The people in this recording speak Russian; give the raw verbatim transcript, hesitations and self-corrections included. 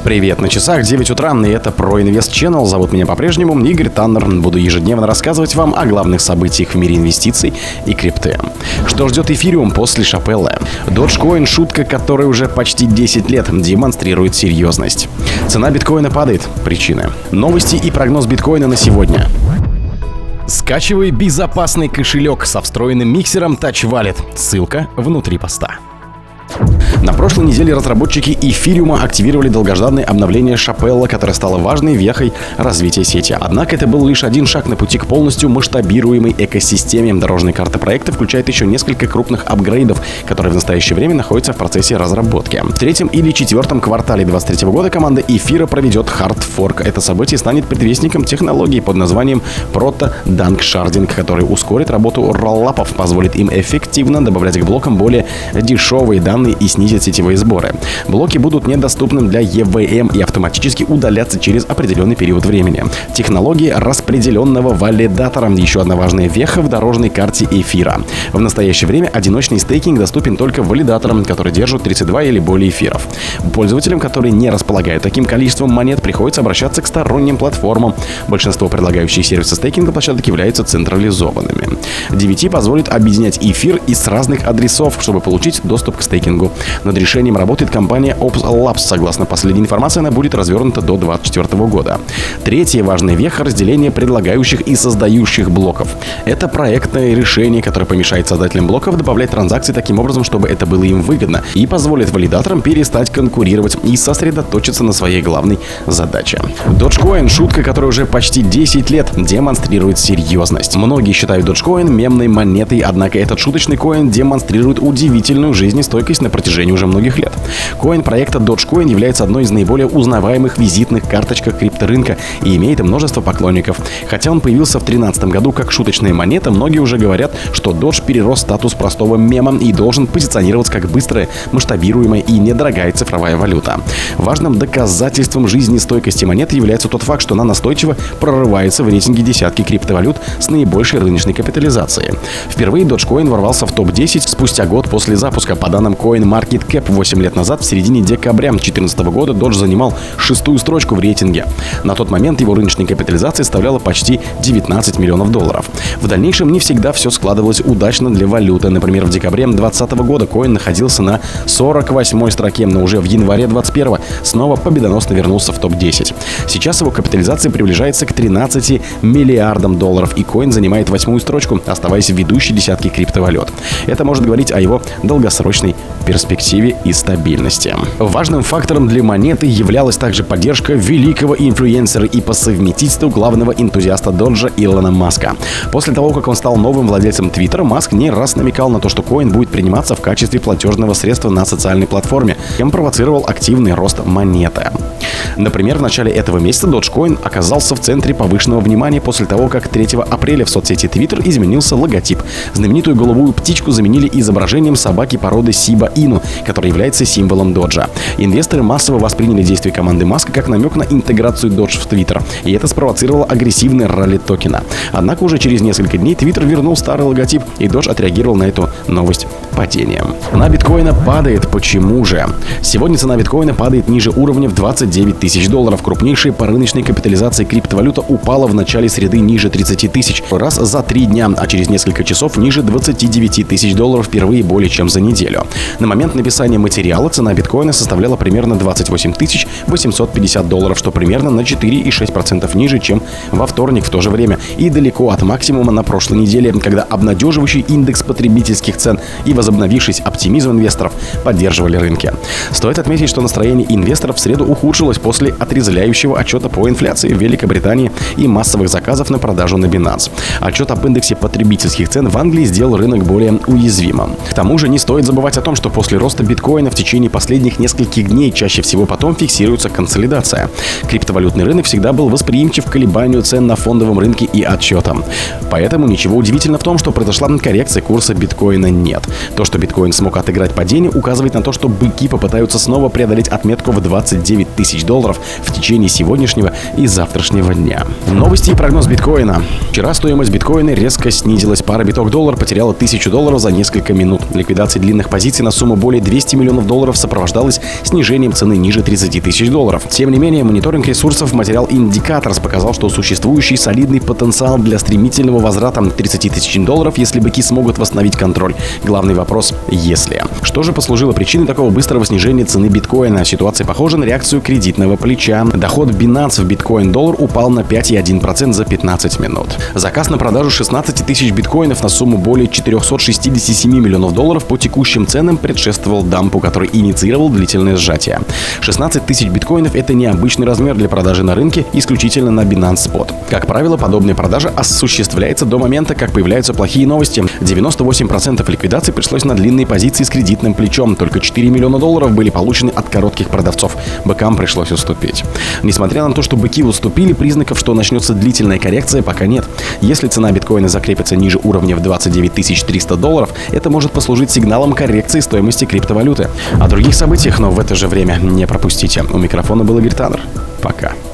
Привет, на часах девять утра, и это ProInvest Channel. Зовут меня по-прежнему Игорь Таннер. Буду ежедневно рассказывать вам о главных событиях в мире инвестиций и крипты. Что ждет эфириум после Шапеллы? Dogecoin, шутка, которая уже почти десять лет демонстрирует серьезность. Цена биткоина падает. Причины. Новости и прогноз биткоина на сегодня. Скачивай безопасный кошелек со встроенным миксером Touch Wallet. Ссылка внутри поста. На прошлой неделе разработчики эфириума активировали долгожданное обновление Шапелла, которое стало важной вехой развития сети. Однако это был лишь один шаг на пути к полностью масштабируемой экосистеме. Дорожная карта проекта включает еще несколько крупных апгрейдов, которые в настоящее время находятся в процессе разработки. В третьем или четвертом квартале две тысячи двадцать третьего года команда эфира проведет хардфорк. Это событие станет предвестником технологии под названием Proto-Danksharding, который ускорит работу роллапов, позволит им эффективно добавлять к блокам более дешевые данные и снизит сетевые сборы. Блоки будут недоступны для и ви эм и автоматически удаляться через определенный период времени. Технология распределенного валидатора – еще одна важная веха в дорожной карте эфира. В настоящее время одиночный стейкинг доступен только валидаторам, которые держат тридцать два или более эфиров. Пользователям, которые не располагают таким количеством монет, приходится обращаться к сторонним платформам. Большинство предлагающих сервисы стейкинга площадок являются централизованными. ди ви ти позволит объединять эфир из разных адресов, чтобы получить доступ к стейкингу. Над решением работает компания Ops Labs. Согласно последней информации, она будет развернута до две тысячи двадцать четвёртого года. Третья важная веха — разделение предлагающих и создающих блоков. Это проектное решение, которое помешает создателям блоков добавлять транзакции таким образом, чтобы это было им выгодно, и позволит валидаторам перестать конкурировать и сосредоточиться на своей главной задаче. Dogecoin, шутка, которая уже почти десять лет демонстрирует серьезность. Многие считают Dogecoin мемной монетой, однако этот шуточный коин демонстрирует удивительную жизнестойкость на протяжении уже многих лет. Коин проекта Dogecoin является одной из наиболее узнаваемых визитных карточек крипторынка и имеет множество поклонников. Хотя он появился в две тысячи тринадцатом году как шуточная монета, многие уже говорят, что Doge перерос статус простого мема и должен позиционироваться как быстрая, масштабируемая и недорогая цифровая валюта. Важным доказательством жизнестойкости монеты является тот факт, что она настойчиво прорывается в рейтинге десятки криптовалют с наибольшей рыночной капитализацией. Впервые Dogecoin ворвался в топ десять спустя год после запуска. По данным CoinMarketCap, восемь лет назад, в середине декабря две тысячи четырнадцатого года, Doge занимал шестую строчку в рейтинге. На тот момент его рыночная капитализация составляла почти девятнадцать миллионов долларов. В дальнейшем не всегда все складывалось удачно для валюты. Например, в декабре две тысячи двадцатого года коин находился на сорок восьмой строке, но уже в январе две тысячи двадцать первого снова победоносно вернулся в топ десять. Сейчас его капитализация приближается к тринадцати миллиардам долларов, и коин занимает восьмую строчку, оставаясь в ведущей десятке криптовалют. Это может говорить о его долгосрочной перспективе и стабильности. Важным фактором для монеты являлась также поддержка великого инфлюенсера и по совместительству главного энтузиаста Доджа Илона Маска. После того, как он стал новым владельцем Твиттера, Маск не раз намекал на то, что коин будет приниматься в качестве платежного средства на социальной платформе, чем провоцировал активный рост монеты. Например, в начале этого месяца Dogecoin оказался в центре повышенного внимания после того, как третьего апреля в соцсети Twitter изменился логотип. Знаменитую голубую птичку заменили изображением собаки породы Сиба Ину, который является символом Доджа. Инвесторы массово восприняли действия команды Маска как намек на интеграцию Додж в Twitter, и это спровоцировало агрессивный ралли токена. Однако уже через несколько дней Twitter вернул старый логотип, и Додж отреагировал на эту новость падением. Цена биткоина падает. Почему же? Сегодня цена биткоина падает ниже уровня в двадцать девять тысяч долларов. Крупнейшая по рыночной капитализации криптовалюта упала в начале среды ниже тридцати тысяч раз за три дня, а через несколько часов ниже двадцати девяти тысяч долларов впервые более чем за неделю. На момент написания материала цена биткоина составляла примерно двадцать восемь тысяч восемьсот пятьдесят долларов, что примерно на четыре и шесть десятых процента ниже, чем во вторник в то же время, и далеко от максимума на прошлой неделе, когда обнадеживающий индекс потребительских цен и возобновившийся оптимизм инвесторов поддерживали рынки. Стоит отметить, что настроение инвесторов в среду ухудшилось после отрезвляющего отчета по инфляции в Великобритании и массовых заказов на продажу на Binance. Отчет об индексе потребительских цен в Англии сделал рынок более уязвимым. К тому же не стоит забывать о том, что после роста биткоина в течение последних нескольких дней чаще всего потом фиксируется консолидация. Криптовалютный рынок всегда был восприимчив к колебанию цен на фондовом рынке и отчетам. Поэтому ничего удивительного в том, что произошла коррекция курса биткоина, нет. То, что биткоин смог отыграть падение, указывает на то, что быки попытаются снова преодолеть отметку в двадцать девять тысяч долларов в течение сегодняшнего и завтрашнего дня. Новости и прогноз биткоина. Вчера стоимость биткоина резко снизилась. Пара биток доллар потеряла тысячу долларов за несколько минут. Ликвидация длинных позиций на сумму более двухсот миллионов долларов сопровождалась снижением цены ниже тридцати тысяч долларов. Тем не менее, мониторинг ресурсов материал Indicators показал, что существующий солидный потенциал для стремительного возврата тридцати тысяч долларов, если быки смогут восстановить контроль. Главный вопрос – если. Что же послужило причиной такого быстрого снижения цены биткоина? Ситуация похожа на реакцию кредитного плеча. Доход Binance в биткоин-доллар упал на пять целых одна десятая процента за пятнадцать минут. Заказ на продажу шестнадцати тысяч биткоинов на сумму более четырёхсот шестидесяти семи миллионов долларов по текущим ценам предшествовал дампу, который инициировал длительное сжатие. шестнадцать тысяч биткоинов – это необычный размер для продажи на рынке исключительно на Binance Spot. Как правило, подобная продажа осуществляется до момента, как появляются плохие новости. девяносто восемь процентов ликвидаций пришлось на длинные позиции с кредитным плечом. Только четыре миллиона долларов были получены от коротких продавцов. Быкам пришлось уступить. Несмотря на то, что быки уступили, признаков, что начнется длительная коррекция, пока нет. Если цена биткоина закрепится ниже уровня в двадцать девять тысяч триста долларов, это может послужить сигналом коррекции стоимости криптовалюты. О других событиях, но в это же время не пропустите. У микрофона был Игорь Таннер. Пока.